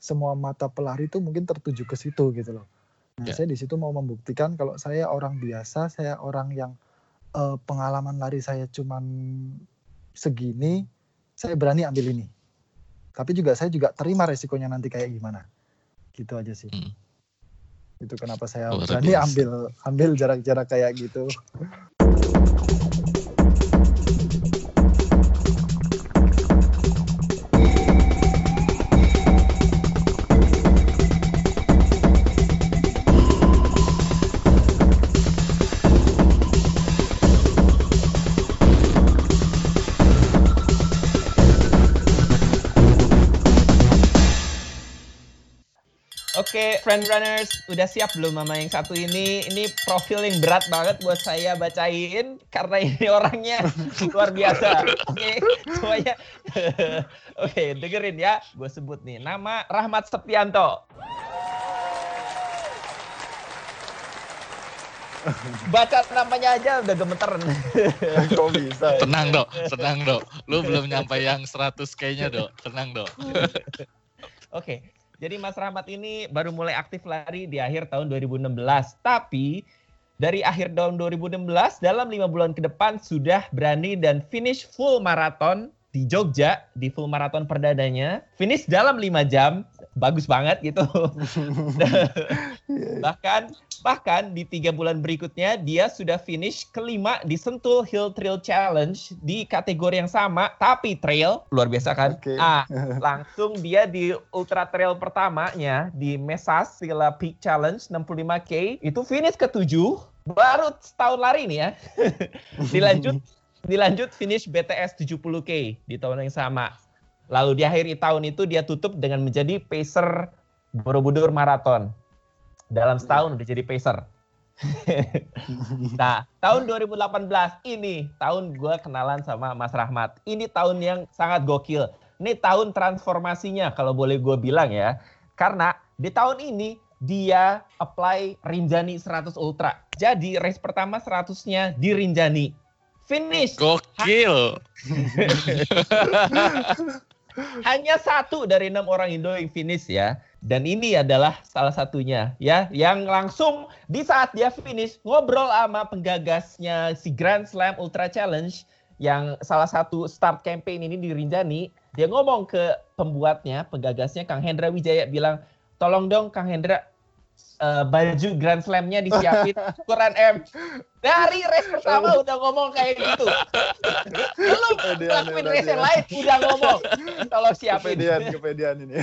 semua mata pelari itu mungkin tertuju ke situ gitu loh. Nah, saya di situ mau membuktikan kalau saya orang biasa, saya orang yang pengalaman lari saya cuman segini, saya berani ambil ini. Tapi saya juga terima resikonya nanti kayak gimana. Gitu aja sih. Itu kenapa saya berani ambil jarak-jarak kayak gitu. Oke, friend runners, udah siap belum sama yang satu ini? Ini profil yang berat banget buat saya bacain karena ini orangnya luar biasa. Oke, semuanya. Oke, dengerin ya. Gue sebut nih, nama Rahmat Septianto. Baca namanya aja udah gemeteran. Kok bisa? Tenang dok. Lu belum nyampe yang 100K-nya dok. Tenang dok. Oke. Jadi Mas Rahmat ini baru mulai aktif lari di akhir tahun 2016. Tapi dari akhir tahun 2016 dalam 5 bulan ke depan sudah berani dan finish full maraton di Jogja, di full maraton perdananya. Finish dalam 5 jam. Bagus banget gitu. Bahkan di 3 bulan berikutnya dia sudah finish kelima di Sentul Hill Trail Challenge di kategori yang sama tapi trail, luar biasa kan? Okay. Langsung dia di ultra trail pertamanya di Mesas Sila Peak Challenge 65K itu finish ke-7, baru setahun lari nih ya. Dilanjut finish BTS 70K di tahun yang sama. Lalu di akhir tahun itu dia tutup dengan menjadi pacer Borobudur Marathon. Dalam setahun udah jadi pacer. Nah, tahun 2018 ini tahun gue kenalan sama Mas Rahmat. Ini tahun yang sangat gokil. Ini tahun transformasinya kalau boleh gue bilang ya. Karena di tahun ini dia apply Rinjani 100 Ultra. Jadi race pertama 100-nya di Rinjani. Finish. Gokil. Hanya 1 dari 6 orang Indo yang finish ya. Dan ini adalah salah satunya ya, yang langsung di saat dia finish ngobrol sama penggagasnya si Grand Slam Ultra Challenge yang salah satu start campaign ini di Rinjani. Dia ngomong ke pembuatnya, penggagasnya Kang Hendra Wijaya bilang, tolong dong Kang Hendra baju Grand Slam-nya disiapin ukuran M. Dari race pertama udah ngomong kayak gitu. Belum ngelakuin race yang lain udah ngomong. Tolong siapin. Kepedean ini.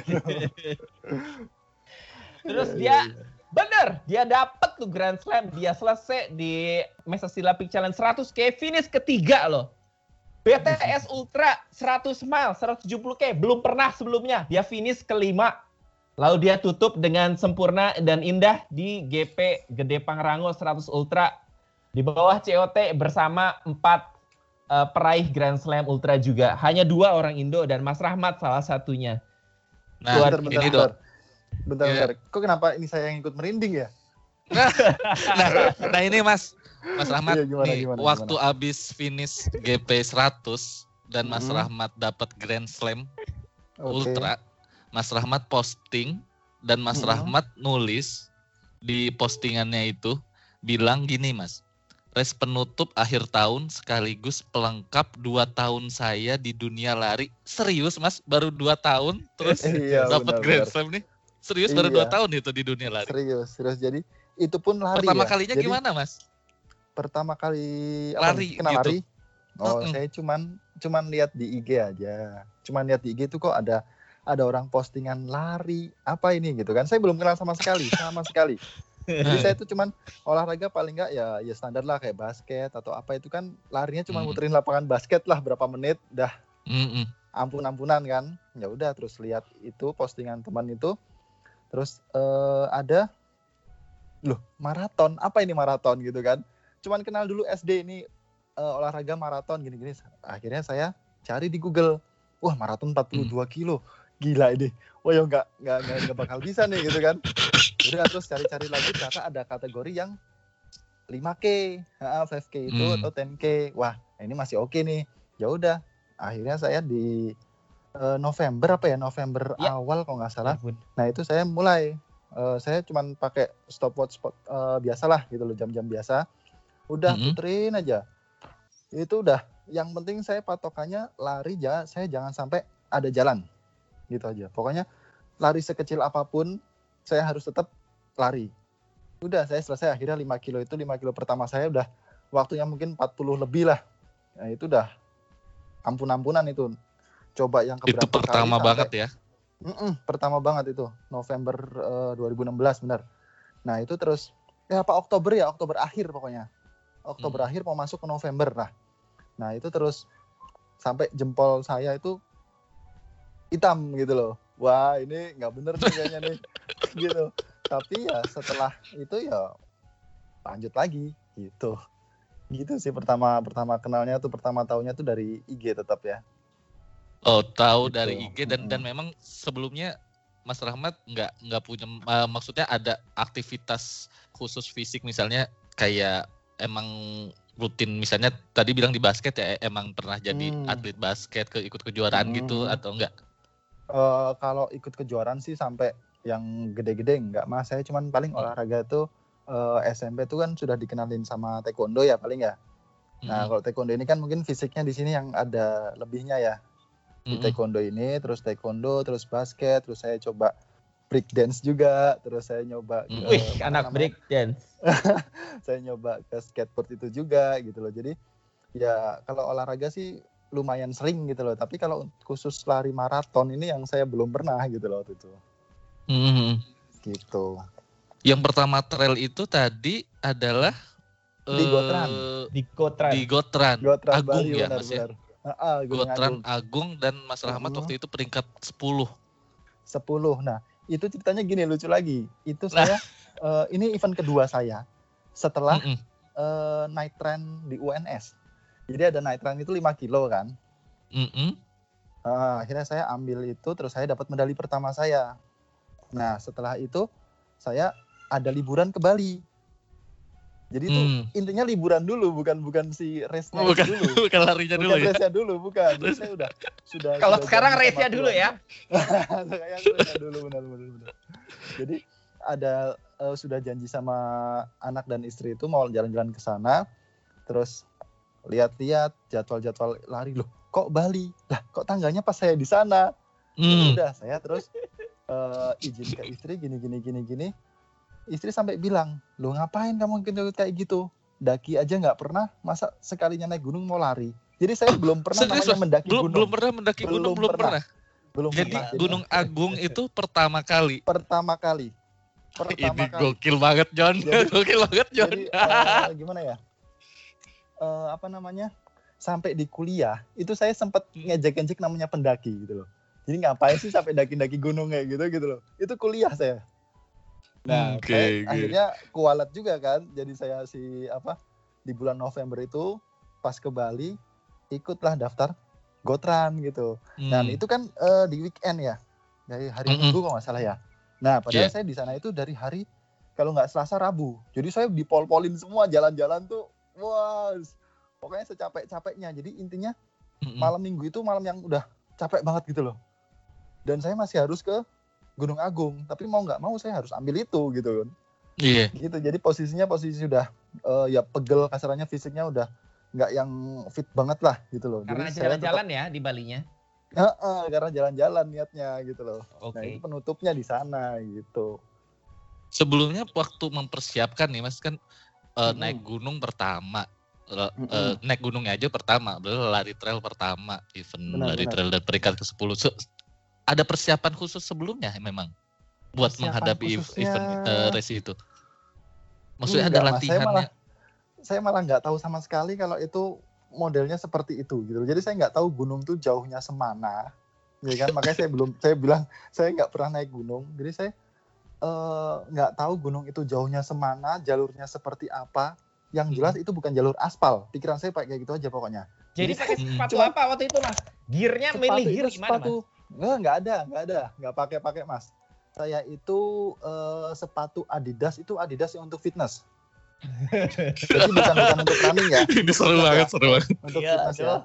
Terus dia bener, dia dapet tuh Grand Slam. Dia selesai di Mesas Sila Peak Challenge 100K, finish ketiga loh. BTS Ultra 100 mile, 170K, belum pernah sebelumnya. Dia finish kelima. Lalu dia tutup dengan sempurna dan indah di GP Gede Pangrango 100 Ultra. Di bawah COT bersama 4 peraih Grand Slam Ultra juga. Hanya 2 orang Indo dan Mas Rahmat salah satunya. Nah, bentar. Kok kenapa ini saya yang ikut merinding ya? Nah ini Mas Rahmat, gimana? Waktu abis finish GP 100 dan Mas Rahmat dapat Grand Slam Ultra, Mas Rahmat posting dan Mas Rahmat nulis di postingannya itu bilang gini Mas, race penutup akhir tahun sekaligus pelengkap 2 tahun saya di dunia lari. Serius Mas, baru 2 tahun terus dapat Grand Slam nih? Serius baru 2 tahun itu di dunia lari? Serius. Jadi itu pun lari. Pertama kalinya jadi, gimana Mas? Pertama kali lari kenal gitu. Lari? Saya cuman lihat di IG aja. Cuman lihat di IG itu kok ada orang postingan lari. Apa ini gitu kan. Saya belum kenal sama sekali. Jadi saya itu cuman olahraga paling enggak ya standar lah kayak basket atau apa itu kan larinya cuma muterin lapangan basket lah berapa menit dah. Ampun-ampunan kan. Ya udah terus lihat itu postingan teman itu. Terus ada maraton. Apa ini maraton gitu kan. Cuman kenal dulu SD ini olahraga maraton gini-gini. Akhirnya saya cari di Google. Wah, maraton 42 kilo. Gila ini. Wah, ya enggak bakal bisa nih gitu kan. Udah terus cari-cari lagi ternyata ada kategori yang 5K, 5K itu atau 10K. Wah, ini masih oke nih. Ya udah, akhirnya saya November November Ya. awal kalau nggak salah. Ampun. Nah itu saya mulai, saya cuman pakai stopwatch biasalah gitu loh, jam-jam biasa. Udah puterin aja. Itu udah. Yang penting saya patokannya lari saya jangan sampai ada jalan. Gitu aja. Pokoknya lari sekecil apapun, saya harus tetap lari. Udah saya selesai akhirnya 5 kilo itu 5 kilo pertama saya udah waktunya mungkin 40 lebih lah. Nah itu udah ampun-ampunan itu. Coba yang keberapa Itu pertama kali banget ya. Pertama banget itu November 2016 benar. Nah itu terus Oktober akhir pokoknya. Oktober akhir mau masuk ke November lah. Nah itu terus sampai jempol saya itu hitam gitu loh. Wah ini nggak bener nih kayaknya nih gitu. Tapi ya setelah itu ya lanjut lagi gitu. Gitu sih pertama kenalnya tuh, pertama tahunya tuh dari IG tetap ya. Oh, tahu Gitu. dari IG dan memang sebelumnya Mas Rahmat nggak punya maksudnya ada aktivitas khusus fisik misalnya kayak emang rutin misalnya tadi bilang di basket ya emang pernah jadi atlet basket ikut kejuaraan gitu atau enggak? Kalau ikut kejuaraan sih sampai yang gede-gede enggak, Mas. Saya cuman paling olahraga tuh SMP tuh kan sudah dikenalin sama taekwondo ya paling ya. Nah, kalau taekwondo ini kan mungkin fisiknya di sini yang ada lebihnya ya. Di taekwondo ini, terus taekwondo, terus basket, terus saya coba break dance juga, terus saya nyoba anak break dance. saya nyoba ke skateboard itu juga gitu loh. Jadi ya kalau olahraga sih lumayan sering gitu loh, tapi kalau khusus lari maraton ini yang saya belum pernah gitu loh waktu itu. Gitu. Yang pertama trail itu tadi adalah Di Gotran. Di Gotran. Agung Bali, ya Mas ya. Gotran Agung dan Mas Rahmat waktu itu peringkat 10. Nah, itu ceritanya gini, lucu lagi. Itu saya ini event kedua saya setelah night run di UNS. Jadi ada night run itu 5 kilo kan. Akhirnya saya ambil itu, terus saya dapat medali pertama saya. Nah, setelah itu saya ada liburan ke Bali. Jadi itu intinya liburan dulu, bukan si race-nya dulu. Bukan larinya dulu ya. Race-nya dulu, bukan. Jadi saya sudah Kalau sekarang race-nya dulu ya. Kayak race-nya dulu benar. Jadi ada sudah janji sama anak dan istri itu mau jalan-jalan ke sana. Terus lihat-lihat jadwal lari, loh kok Bali? Lah kok tangganya pas saya di sana? Udah saya terus izin ke istri gini. Istri sampai bilang, lo ngapain kamu kayak gitu? Daki aja nggak pernah, masa sekalinya naik gunung mau lari? Jadi saya belum pernah mendaki gunung. Belum pernah mendaki gunung, belum pernah. Jadi Gunung Agung itu pertama kali. Ini gokil banget John. Jadi gimana ya? Sampai di kuliah itu saya sempat ngejek-ngejek namanya pendaki gitu loh. Jadi ngapain sih sampai daki-daki gunung kayak gitu loh. Itu kuliah saya. Nah, akhirnya kualat juga kan. Jadi saya di bulan November itu pas ke Bali ikutlah daftar Gotran gitu. Dan itu kan di weekend ya. Dari hari Minggu kalau nggak salah ya. Nah, padahal saya di sana itu dari hari kalau nggak Selasa Rabu. Jadi saya dipol-polin semua jalan-jalan tuh. Wah, pokoknya secapek-capeknya. Jadi intinya malam Minggu itu malam yang udah capek banget gitu loh. Dan saya masih harus ke Gunung Agung, tapi mau nggak mau saya harus ambil itu gitu kan. Iya. Gitu. Jadi posisi sudah ya pegel, kasarannya fisiknya udah nggak yang fit banget lah gitu loh. Karena jadi jalan-jalan ya di Balinya. Karena jalan-jalan niatnya gitu loh. Okay. Nah itu penutupnya di sana gitu. Sebelumnya waktu mempersiapkan nih Mas kan naik gunung pertama. Naik gunungnya aja pertama, belum lari trail pertama, lari trail dan peringkat ke-10. Ada persiapan khusus sebelumnya memang buat menghadapi event race itu. Maksudnya ada latihannya. Saya malah nggak tahu sama sekali kalau itu modelnya seperti itu gitu. Jadi saya nggak tahu gunung tuh jauhnya semana, ya kan? Makanya saya bilang saya nggak pernah naik gunung. Jadi saya nggak tahu gunung itu jauhnya semana, jalurnya seperti apa. Yang jelas itu bukan jalur aspal. Pikiran saya kayak gitu aja pokoknya. Jadi pakai sepatu apa waktu itu Mas? Gearnya milih gear gimana Mas? Nggak ada, nggak pakai Mas. Saya itu sepatu Adidas yang untuk fitness. Jadi bukan untuk running ya. Ini seru banget. Untuk fitness ya.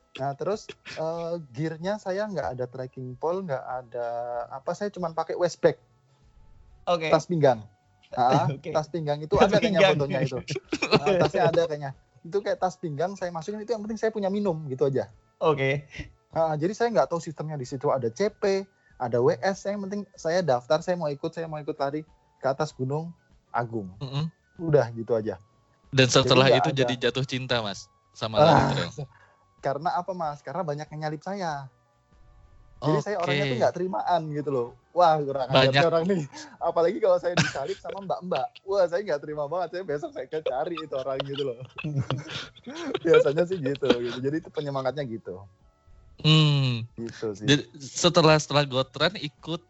Nah terus gearnya saya nggak ada trekking pole, nggak ada apa, saya cuma pakai waist bag, Oke. tas pinggang. Oke. Tas pinggang itu Tas ada kayaknya pinggang. fotonya itu. Tasnya ada kayaknya. Itu kayak tas pinggang saya masukin, itu yang penting saya punya minum gitu aja. Oke. Jadi saya nggak tahu sistemnya di situ, ada CP, ada WS, yang penting saya daftar, saya mau ikut lari ke atas Gunung Agung. Udah gitu aja. Dan setelah Jadi itu nggak jadi jatuh cinta Mas sama lari trail. Karena apa Mas? Karena banyak yang nyalip saya. Jadi saya orangnya tuh Oke. nggak terimaan gitu loh. Wah, kurang Banyak. ajar orang nih. Apalagi kalau saya disalip sama mbak-mbak. Wah, saya nggak terima banget. Saya besok saya cari itu orang gitu loh. Biasanya sih gitu. Jadi itu penyemangatnya gitu. Gitu sih. Jadi setelah Gotran ikut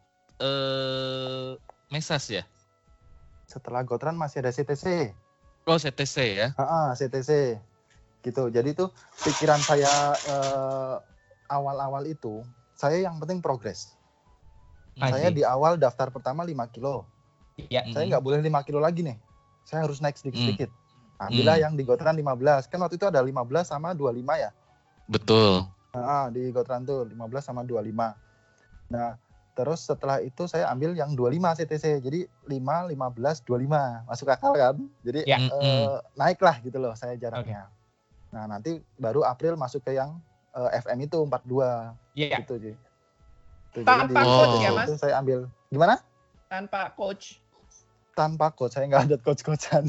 Mesas ya? Setelah Gotran masih ada CTC. Oh, CTC ya? CTC. Gitu. Jadi tuh pikiran saya awal-awal itu, saya yang penting progres. Saya di awal daftar pertama 5 kilo. Ya. Saya nggak boleh 5 kilo lagi nih. Saya harus naik sedikit-sedikit. Ambillah yang di Gotran 15. Kan waktu itu ada 15 sama 25 ya? Betul. Di Gotran tuh 15 sama 25. Nah, terus setelah itu saya ambil yang 25 CTC. Jadi 5, 15, 25. Masuk akal kan? Jadi naiklah gitu loh saya jaraknya. Nah, nanti baru April masuk ke yang FM itu 42. Iya. Gitu sih. Tanpa coach ya, Mas? Itu saya ambil. Gimana? Tanpa coach. Tanpa coach, saya nggak ada coach-coachan.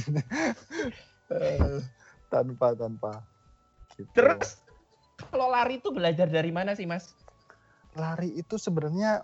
tanpa. Gitu. Terus kalau lari itu belajar dari mana sih, Mas? Lari itu sebenarnya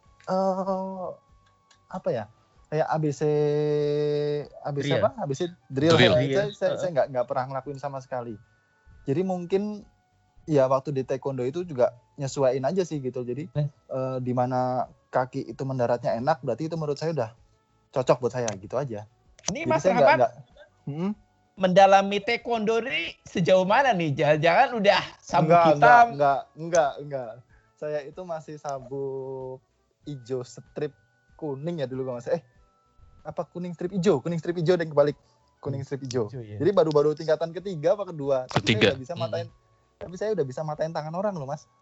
apa ya? Kayak ABC drill. apa? ABC drill. Drill. Saya nggak pernah ngelakuin sama sekali. Jadi mungkin ya waktu di taekwondo itu juga nyesuaiin aja sih gitu. Jadi di mana kaki itu mendaratnya enak, berarti itu menurut saya udah cocok buat saya gitu aja. Ini jadi Mas saya Rahmat mendalami taekwondo ini sejauh mana nih? Jangan-jangan udah sabuk hitam. Enggak. Saya itu masih sabuk hijau strip kuning ya dulu kalau masih. Apa kuning strip hijau dan kebalik. Kuning strip hijau. Ya. Jadi baru-baru tingkatan ketiga apa kedua. Ketiga. Tapi saya udah bisa matain tangan orang loh, Mas.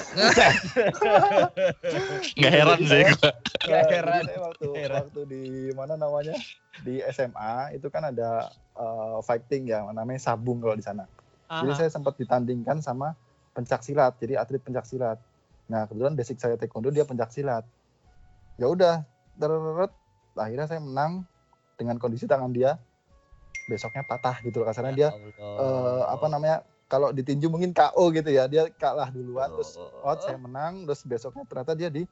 Nggak heran sih gue. Nggak heran. Waktu di mana namanya, di SMA itu kan ada fighting ya, namanya sabung kalau di sana. Jadi saya sempat ditandingkan sama pencak silat, jadi atlet pencak silat. Nah kebetulan basic saya taekwondo, dia pencak silat. Ya udah, akhirnya saya menang dengan kondisi tangan dia besoknya patah gitu loh, kasarnya dia kalau ditinju mungkin KO gitu ya, dia kalah duluan terus saya menang, terus besoknya ternyata dia di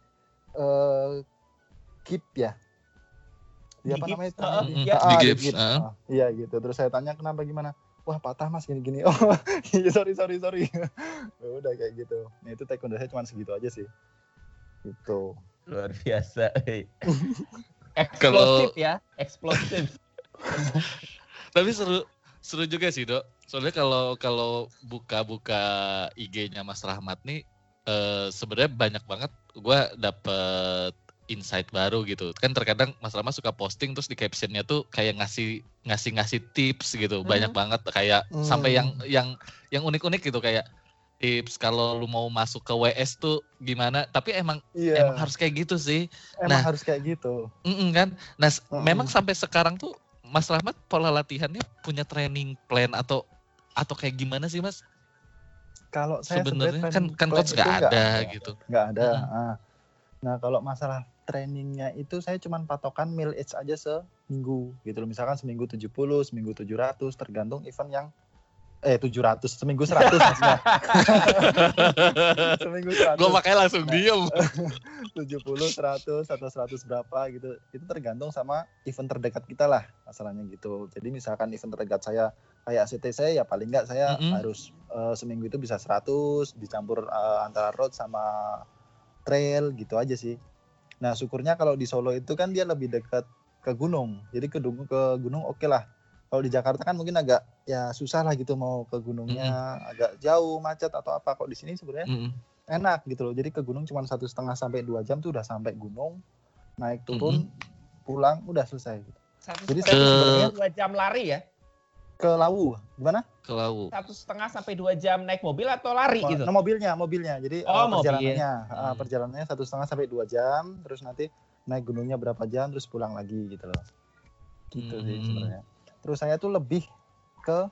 KIP ya. Dia apa namanya? Di gips. Iya gitu. Terus saya tanya kenapa, gimana? Wah patah Mas gini-gini. Oh sorry. Ya udah kayak gitu. Nah itu taekwondo saya cuma segitu aja sih. Gitu. Luar biasa. Eksplosif. Tapi seru juga sih, Dok. Soalnya kalau buka IG-nya Mas Rahmat nih sebenarnya banyak banget gue dapet insight baru gitu. Kan terkadang Mas Rahmat suka posting terus di captionnya tuh kayak ngasih tips gitu. Banyak banget kayak sampai yang unik-unik gitu, kayak tips kalau lu mau masuk ke WS tuh gimana. Tapi emang harus kayak gitu sih. Harus kayak gitu. Kan. Nah, memang sampai sekarang tuh Mas Rahmat pola latihannya punya training plan atau kayak gimana sih, Mas? Kalau saya sebenarnya kan coach nggak ada gitu. Nggak ada. Nah kalau masalah trainingnya itu saya cuma patokan meal age aja seminggu gitu loh. Misalkan seminggu 70, seminggu 700, tergantung event yang 700, seminggu 100 maksudnya. Seminggu 100. Gue makanya langsung diem. 70, 100 atau 100 berapa gitu. Itu tergantung sama event terdekat kita lah masalahnya gitu. Jadi misalkan event terdekat saya kayak CTC ya paling nggak saya harus seminggu itu bisa 100 dicampur antara road sama trail gitu aja sih. Nah syukurnya kalau di Solo itu kan dia lebih dekat ke gunung. Jadi ke gunung oke lah. Kalau di Jakarta kan mungkin agak ya susah lah gitu mau ke gunungnya, agak jauh, macet atau apa. Kok di sini sebenarnya enak gitu loh. Jadi ke gunung cuma 1,5 sampai 2 jam tuh udah sampai gunung, naik turun, pulang udah selesai. Gitu. Jadi sebenarnya 2 jam lari ya? Ke Lawu, gimana? Ke Lawu. 1,5 sampai 2 jam naik mobil atau lari gitu? Nah, mobilnya. Jadi perjalanannya, perjalanannya 1,5 sampai 2 jam, terus nanti naik gunungnya berapa jam, terus pulang lagi gitu loh. Gitu sih sebenarnya. Terus saya tuh lebih ke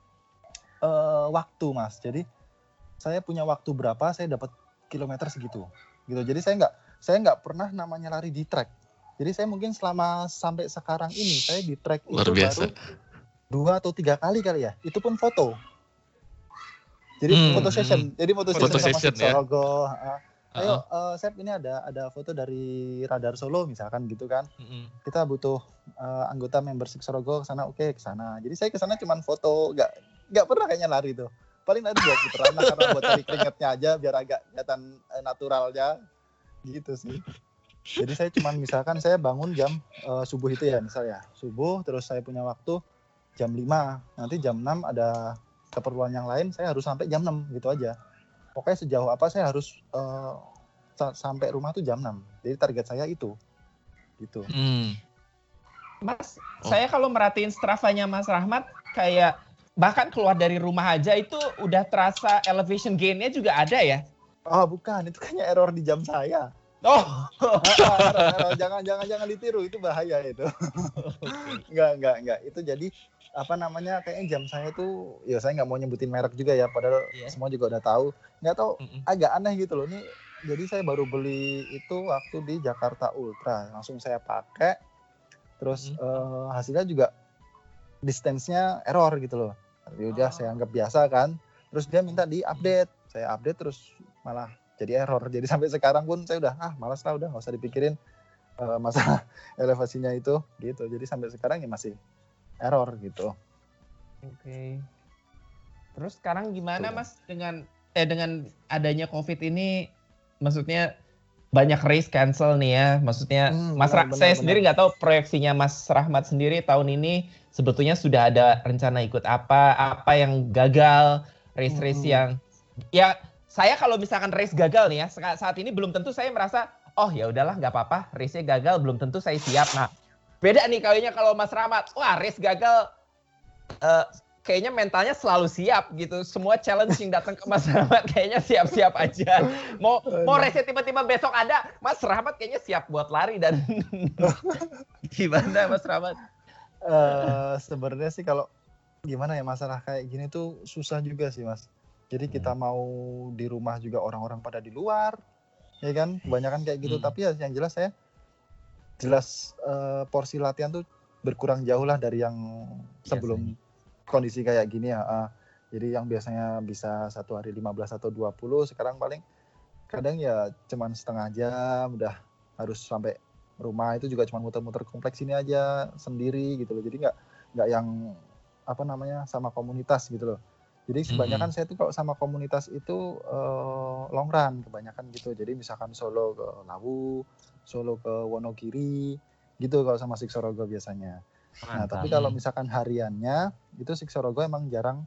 waktu, Mas. Jadi saya punya waktu berapa, saya dapat kilometer segitu. Gitu. Jadi saya nggak pernah namanya lari di track. Jadi saya mungkin selama sampai sekarang ini saya di track itu baru 2 atau 3 kali ya. Itu pun foto. Jadi foto session. Jadi foto session sama Sorogo. Ayo, Sep, ini ada foto dari Radar Solo misalkan gitu kan. Kita butuh anggota membership Sorogo ke sana, oke ke sana. Jadi saya ke sana cuma foto, nggak pernah kayaknya lari tuh. Paling lari 2 putaran karena buat cari keringatnya aja biar agak kelihatan naturalnya gitu sih. Jadi saya cuma misalkan saya bangun jam subuh itu ya, misalnya subuh, terus saya punya waktu jam 5, nanti jam 6 ada keperluan yang lain, saya harus sampai jam 6 gitu aja. Pokoknya sejauh apa saya harus sampai rumah tuh jam 6. Jadi target saya itu. Gitu. Mas, saya kalau merhatiin Strava-nya Mas Rahmat, kayak bahkan keluar dari rumah aja itu udah terasa elevation gain-nya juga ada ya? Oh bukan, itu kayaknya error di jam saya. Oh, error. Jangan ditiru, itu bahaya itu. Enggak. Itu jadi apa namanya, kayaknya jam saya tuh, ya saya nggak mau nyebutin merek juga ya, padahal semua juga udah tahu. Nggak tahu, agak aneh gitu loh. Nih, jadi saya baru beli itu waktu di Jakarta Ultra, langsung saya pakai, terus hasilnya juga distance-nya error gitu loh. Tapi udah saya anggap biasa kan. Terus dia minta di-update, saya update terus malah jadi error. Jadi sampai sekarang pun saya udah malas lah, udah nggak usah dipikirin masalah elevasinya itu gitu. Jadi sampai sekarang ya masih error gitu. Oke. Terus sekarang gimana Mas dengan adanya COVID ini, maksudnya banyak race cancel nih ya, maksudnya saya sendiri nggak tahu proyeksinya Mas Rahmat sendiri tahun ini sebetulnya sudah ada rencana ikut apa yang gagal, race yang ya saya kalau misalkan race gagal nih ya saat ini belum tentu saya merasa oh ya udahlah nggak apa-apa, race-nya gagal belum tentu saya siap. Nah beda nih kayaknya kalau Mas Rahmat, wah race gagal kayaknya mentalnya selalu siap gitu. Semua challenge yang datang ke Mas Rahmat kayaknya siap-siap aja. Mau race tiba-tiba besok ada, Mas Rahmat kayaknya siap buat lari dan gimana Mas Rahmat? Sebenarnya sih kalau gimana ya, masalah kayak gini tuh susah juga sih Mas. Jadi kita mau di rumah juga orang-orang pada di luar, ya kan? Kebanyakan kayak gitu. Tapi ya yang jelas saya porsi latihan tuh berkurang jauh lah dari yang sebelum kondisi kayak gini ya. Jadi yang biasanya bisa 1 hari 15 atau 20, sekarang paling kadang ya cuman setengah jam udah harus sampai rumah, itu juga cuma muter-muter kompleks ini aja sendiri gitu loh. Jadi nggak yang apa namanya sama komunitas gitu loh. Jadi kebanyakan saya tuh kalau sama komunitas itu long run kebanyakan gitu. Jadi misalkan Solo ke Lawu, Solo ke Wonogiri gitu kalau sama Siksorogo biasanya. Nah, tapi kalau misalkan hariannya itu Siksorogo emang jarang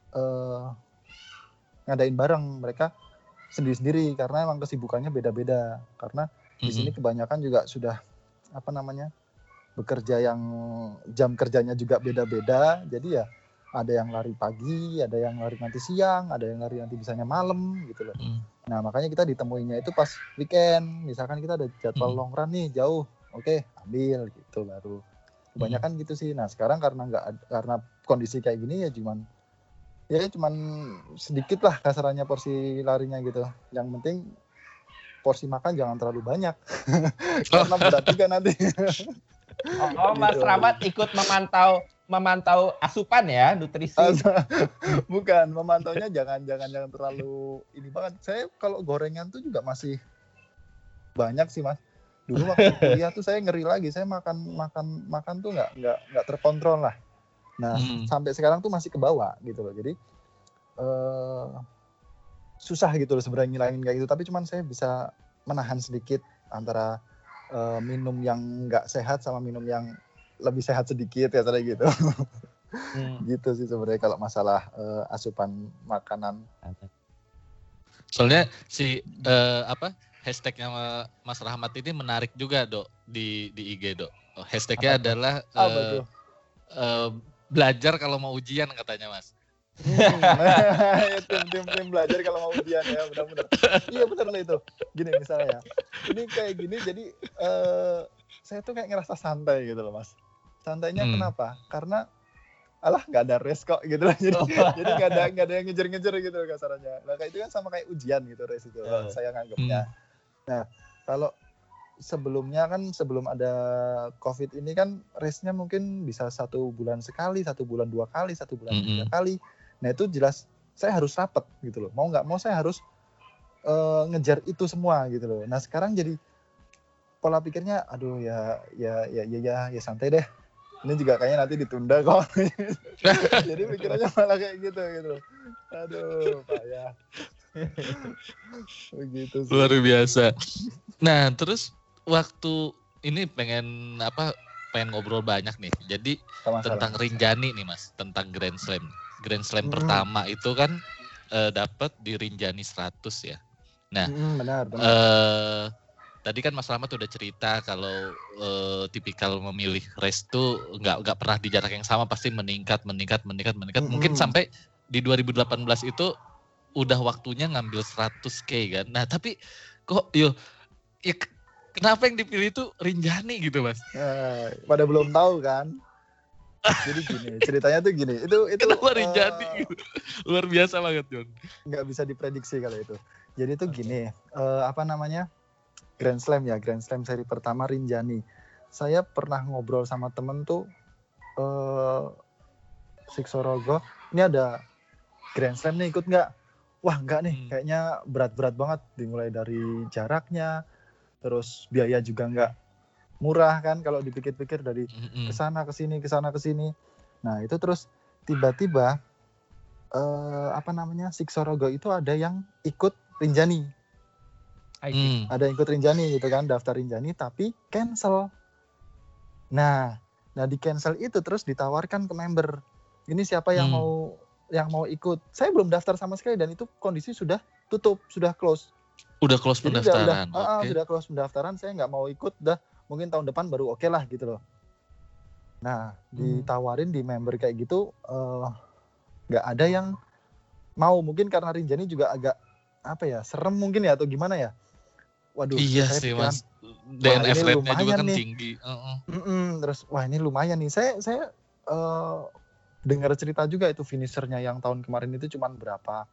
ngadain bareng, mereka sendiri-sendiri karena emang kesibukannya beda-beda. Karena di sini kebanyakan juga sudah apa namanya bekerja yang jam kerjanya juga beda-beda. Jadi ya ada yang lari pagi, ada yang lari nanti siang, ada yang lari nanti bisanya malam gitu loh. Nah makanya kita ditemuinya itu pas weekend. Misalkan kita ada jadwal long run nih jauh, oke, ambil gitu baru. Kebanyakan gitu sih. Nah sekarang karena kondisi kayak gini ya cuman sedikit lah kasarannya porsi larinya gitu. Yang penting porsi makan jangan terlalu banyak karena berat juga nanti. Mas Rahmat ikut memantau asupan ya, nutrisi. Bukan, memantaunya jangan terlalu ini banget. Saya kalau gorengan tuh juga masih banyak sih Mas. Dulu waktu kuliah tuh saya ngeri lagi, saya makan tuh nggak terkontrol lah. Nah sampai sekarang tuh masih kebawa gitu loh. Jadi susah gitu loh sebenarnya ngilangin kayak gitu. Tapi cuman saya bisa menahan sedikit antara minum yang nggak sehat sama minum yang lebih sehat sedikit ya tadi gitu. Gitu sih sebenarnya kalau masalah asupan makanan. Soalnya hashtagnya Mas Rahmat ini menarik juga Dok di IG Dok. Hashtagnya adalah belajar kalau mau ujian katanya Mas. Tim belajar kalau mau ujian ya, benar-benar. Iya benar lah itu. Gini misalnya ya, ini kayak gini jadi saya tuh kayak ngerasa santai gitu loh Mas. Santainya kenapa? Karena alah nggak ada res kok gitu lah. Jadi nggak ada yang ngejar-ngejar gitu loh kasarannya. Nah kayak itu kan sama kayak ujian gitu res itu saya nganggapnya. Nah kalau sebelumnya kan sebelum ada COVID ini kan resnya mungkin bisa 1 bulan sekali, 1 bulan 2 kali, 1 bulan 3 kali. Nah itu jelas saya harus rapet gitu loh. Mau nggak mau saya harus ngejar itu semua gitu loh. Nah sekarang jadi pola pikirnya, aduh ya santai deh. Ini juga kayaknya nanti ditunda kok. Jadi pikirannya malah kayak gitu loh. Aduh payah. Begitu sih. Luar biasa. Nah terus waktu ini pengen ngobrol banyak nih. Jadi tentang Rinjani nih Mas, tentang Grand Slam. Grand Slam pertama itu kan dapat di Rinjani 100 ya. Nah, benar. Tadi kan Mas Rahmat udah cerita kalau tipikal memilih race tuh nggak pernah di jarak yang sama, pasti meningkat. Mungkin sampai di 2018 itu udah waktunya ngambil 100K kan. Nah, tapi kok kenapa yang dipilih itu Rinjani gitu Mas? Pada belum tahu kan. Jadi gini, ceritanya tuh gini. Itu kenapa Rinjani gitu? Luar biasa banget John. Nggak bisa diprediksi kalau itu. Jadi tuh gini, Grand Slam seri pertama Rinjani. Saya pernah ngobrol sama temen tuh Siksorogo, ini ada Grand Slam nih, ikut nggak? Wah nggak nih, kayaknya berat-berat banget. Dimulai dari jaraknya, terus biaya juga nggak murah kan kalau dipikir-pikir dari kesana kesini. Nah itu terus tiba-tiba Siksorogo itu ada yang ikut Rinjani. Ada yang ikut Rinjani gitu kan, daftar Rinjani tapi cancel. Nah di cancel itu terus ditawarkan ke member. Ini siapa yang mau ikut? Saya belum daftar sama sekali dan itu kondisi sudah tutup, sudah close. Udah close pendaftaran. Sudah close pendaftaran, saya nggak mau ikut, mungkin tahun depan baru oke lah gitu loh. Nah ditawarin di member kayak gitu, nggak ada yang mau, mungkin karena Rinjani juga agak serem mungkin ya atau gimana ya. Waduh, iya sih Mas. DNF rate-nya juga kan tinggi. Terus wah ini lumayan nih. Saya dengar cerita juga itu finishernya yang tahun kemarin itu cuman berapa.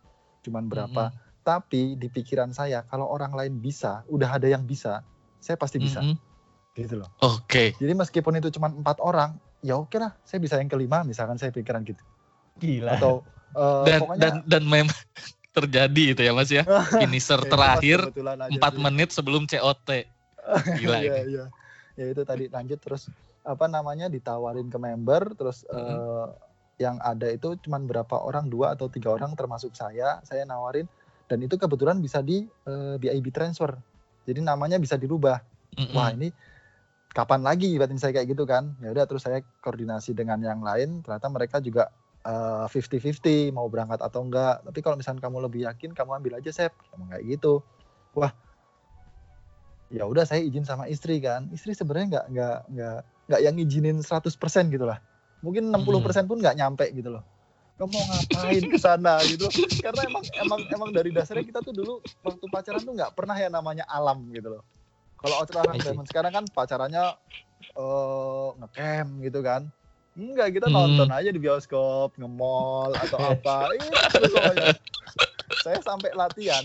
Tapi di pikiran saya kalau orang lain bisa, udah ada yang bisa, saya pasti bisa. Gitu loh. Oke. Jadi meskipun itu cuma 4 orang, ya oke lah, saya bisa yang kelima misalkan, saya pikiran gitu. Gila. Atau pokoknya dan memang terjadi itu ya Mas ya. Finisher terakhir 4 menit sebelum COT. Gila ini. Iya. Ya itu tadi lanjut terus ditawarin ke member terus yang ada itu cuman berapa orang, 2 atau 3 orang termasuk saya nawarin, dan itu kebetulan bisa di BIB transfer. Jadi namanya bisa dirubah. Wah, ini kapan lagi batin saya kayak gitu kan. Ya udah terus saya koordinasi dengan yang lain, ternyata mereka juga 50-50 mau berangkat atau enggak. Tapi kalau misalnya kamu lebih yakin, kamu ambil aja Sep, emang kayak gitu. Wah, ya udah saya izin sama istri kan. Istri sebenarnya nggak yang izinin 100% gitu lah. Mungkin 60% pun nggak nyampe gitu loh. Kamu mau ngapain ke sana gitu? Karena emang dari dasarnya kita tuh dulu waktu pacaran tuh nggak pernah ya namanya alam gitu loh. Kalau orang zaman sekarang kan pacarannya ngecamp gitu kan. Enggak, kita nonton aja di bioskop, nge-mall atau apa. Itu pokoknya. Saya sampai latihan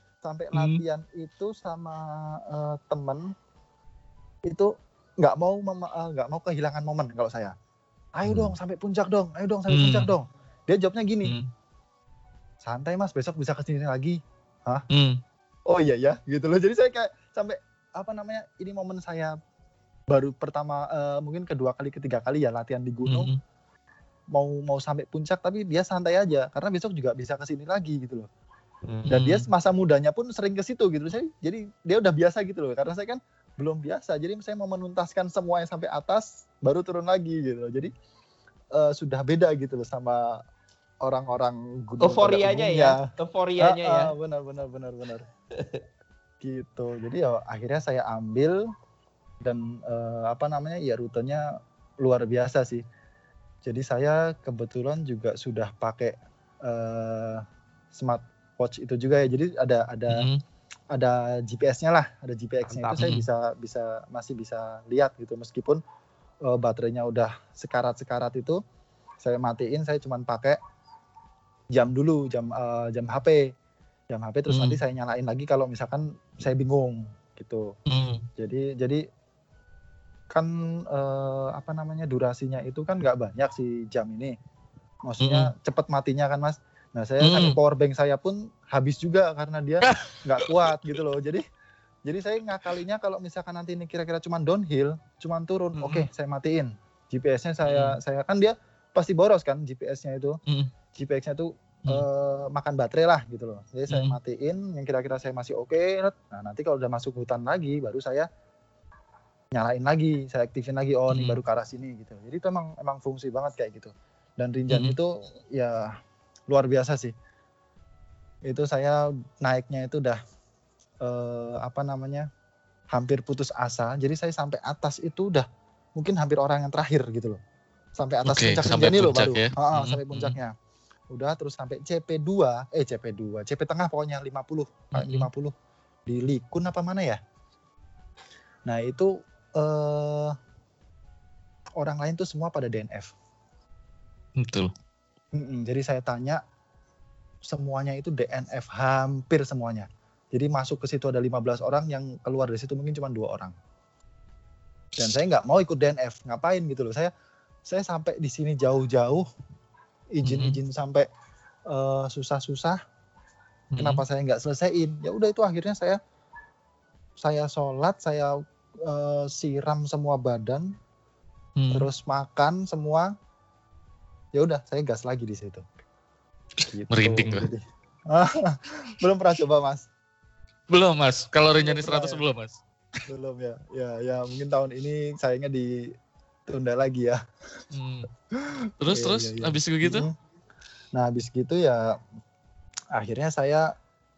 itu sama temen itu nggak mau kehilangan momen kalau saya. Ayo dong sampai puncak dong. Dia jawabnya gini. Santai Mas, besok bisa kesini lagi. Hah? Oh iya ya, gitu loh. Jadi saya kayak sampai ini momen saya baru pertama, mungkin kedua kali ketiga kali ya latihan di gunung, mau sampai puncak tapi dia santai aja karena besok juga bisa kesini lagi gitu loh. Dan dia masa mudanya pun sering ke situ gitu. Jadi dia udah biasa gitu loh, karena saya kan belum biasa. Jadi saya mau menuntaskan semuanya sampai atas baru turun lagi gitu loh. Jadi sudah beda gitu loh sama orang-orang gunung. Euforianya ya. Benar. Gitu. Jadi ya akhirnya saya ambil dan rutenya luar biasa sih. Jadi saya kebetulan juga sudah pakai smartwatch itu juga ya. Jadi ada GPS-nya lah, ada GPS-nya itu saya masih bisa lihat gitu meskipun baterainya udah sekarat itu, saya matiin, saya cuman pakai jam dulu, jam HP terus nanti saya nyalain lagi kalau misalkan saya bingung gitu. Jadi kan durasinya itu kan nggak banyak si jam ini, maksudnya cepat matinya kan Mas. Nah saya power bank saya pun habis juga karena dia nggak kuat gitu loh. Jadi saya ngakalinya kalau misalkan nanti ini kira-kira cuman downhill, cuman turun, oke, saya matiin. GPS-nya saya kan dia pasti boros kan GPS-nya itu. GPS-nya itu makan baterai lah gitu loh. Jadi saya matiin yang kira-kira saya masih oke. Nah nanti kalau udah masuk hutan lagi baru saya nyalain lagi, saya aktifin lagi, oh ini baru ke arah sini gitu. Jadi itu emang fungsi banget kayak gitu. Dan Rinjani itu ya luar biasa sih. Itu saya naiknya itu udah hampir putus asa. Jadi saya sampai atas itu udah mungkin hampir orang yang terakhir gitu loh. Sampai atas puncak Rinjani loh baru. Ya? Sampai puncaknya. Udah terus sampai CP tengah pokoknya 50 di Likun apa mana ya. Nah itu orang lain tuh semua pada DNF. Betul. Jadi saya tanya semuanya itu DNF, hampir semuanya. Jadi masuk ke situ ada 15 orang, yang keluar dari situ mungkin cuma 2 orang. Dan saya nggak mau ikut DNF, ngapain gitu loh. Saya sampai di sini jauh-jauh, izin sampai susah-susah. Kenapa saya nggak selesaiin? Ya udah itu akhirnya saya sholat, saya siram semua badan, terus makan semua. Ya udah saya gas lagi di situ. Gitu. Merinding tuh. Belum pernah coba Mas? Belum Mas. Kalau Rinjani 100 belum Mas? Belum ya. Ya mungkin tahun ini sayangnya ditunda lagi ya. Terus habis gitu? Nah habis gitu ya akhirnya saya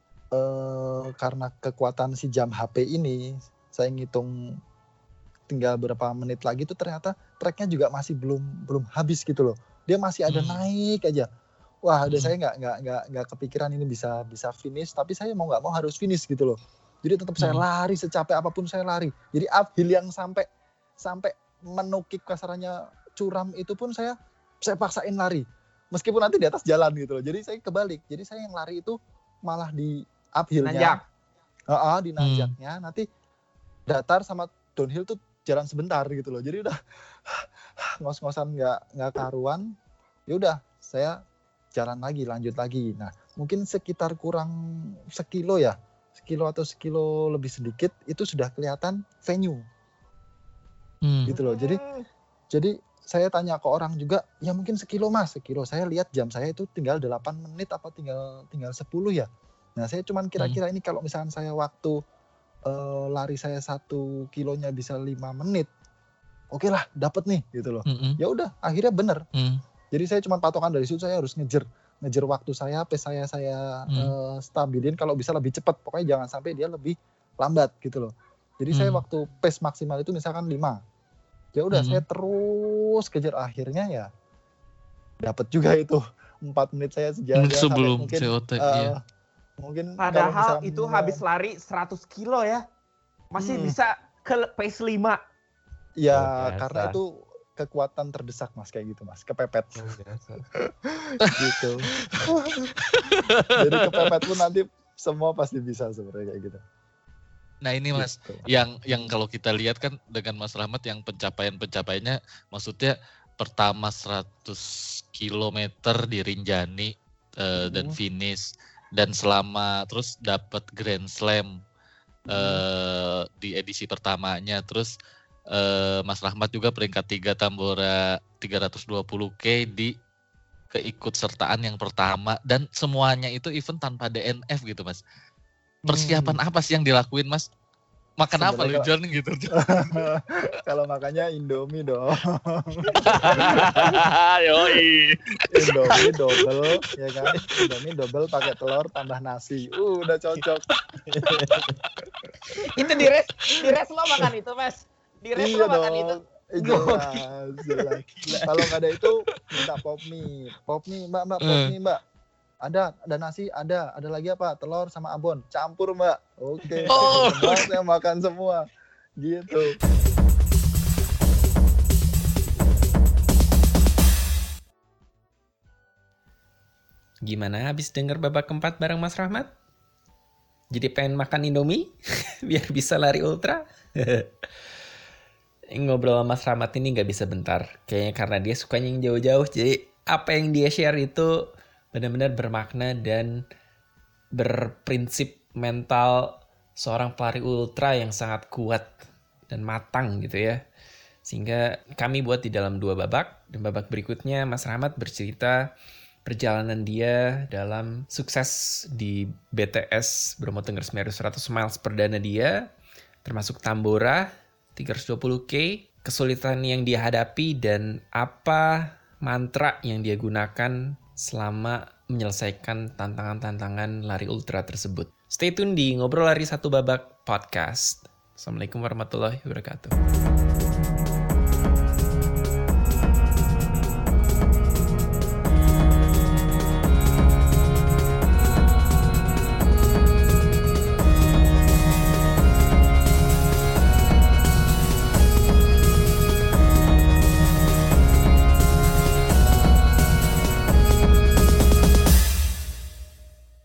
karena kekuatan si jam HP ini, saya ngitung tinggal berapa menit lagi tuh ternyata treknya juga masih belum habis gitu loh. Dia masih ada naik aja. Wah, udah saya nggak kepikiran ini bisa finish, tapi saya mau nggak mau harus finish gitu loh. Jadi tetap saya lari secapek apapun saya lari. Jadi uphill yang sampai menukik kasarannya curam itu pun saya paksain lari. Meskipun nanti di atas jalan gitu loh. Jadi saya kebalik. Jadi saya yang lari itu malah di uphillnya. Di nanjaknya. Nanti datar sama downhill tuh jalan sebentar gitu loh. Jadi udah ngos-ngosan nggak karuan. Ya udah saya jalan lagi, lanjut lagi. Nah, mungkin sekitar kurang sekilo atau sekilo lebih sedikit itu sudah kelihatan venue. Gitu loh. Jadi saya tanya ke orang juga, ya mungkin sekilo Mas, sekilo. Saya lihat jam saya itu tinggal 8 menit apa tinggal 10 ya. Nah, saya cuman kira-kira ini kalau misalkan saya waktu lari saya 1 kilonya bisa 5 menit. Oke lah, dapat nih gitu loh. Ya udah, akhirnya bener. Jadi saya cuma patokan dari situ, saya harus ngejar waktu saya, pace saya stabilin kalau bisa lebih cepat. Pokoknya jangan sampai dia lebih lambat gitu loh. Jadi saya waktu pace maksimal itu misalkan 5. Ya udah saya terus kejar, akhirnya ya dapat juga itu 4 menit saya sejalan sebelum mungkin, COT mungkin padahal itu habis lari 100 kilo ya. Masih bisa ke pace 5. Ya karena itu kekuatan terdesak Mas, kayak gitu Mas, kepepet. Gitu. Jadi kepepet pun nanti semua pasti bisa sebenarnya kayak gitu. Nah ini Mas, gitu. yang kalau kita lihat kan dengan Mas Rahmat yang pencapaiannya, maksudnya pertama 100 km di Rinjani dan finish, dan selama terus dapat Grand Slam di edisi pertamanya, terus Mas Rahmat juga peringkat 3 Tambora 320K di keikutsertaan yang pertama, dan semuanya itu event tanpa DNF gitu Mas. Persiapan apa sih yang dilakuin Mas? Makan apa lu John gitu? Kalau makannya Indomie dong. Yoi. Indomie double, ya kan? Indomie double pakai telur tambah nasi. Udah cocok. Itu di res lo makan itu Mas? Di res lo makan itu? Jelas. Kalau nggak ada itu minta pop mie, mbak, pop mie mbak. Ada nasi, ada lagi apa? Telur sama abon, campur mbak. Oke. Saya makan semua, gitu. Gimana habis denger babak keempat bareng Mas Rahmat? Jadi pengen makan Indomie biar bisa lari ultra? Ngobrol sama Mas Rahmat ini gak bisa bentar. Kayaknya karena dia sukanya yang jauh-jauh. Jadi apa yang dia share itu benar-benar bermakna dan berprinsip mental seorang pelari ultra yang sangat kuat dan matang gitu ya. Sehingga kami buat di dalam 2 babak. Dan babak berikutnya Mas Rahmat bercerita perjalanan dia dalam sukses di BTS Bromo Tengger Semeru 100 miles perdana dia. Termasuk Tambora 320K, kesulitan yang dia hadapi dan apa mantra yang dia gunakan selama menyelesaikan tantangan-tantangan lari ultra tersebut. Stay tune di Ngobrol Lari 1 Babak Podcast. Assalamualaikum warahmatullahi wabarakatuh.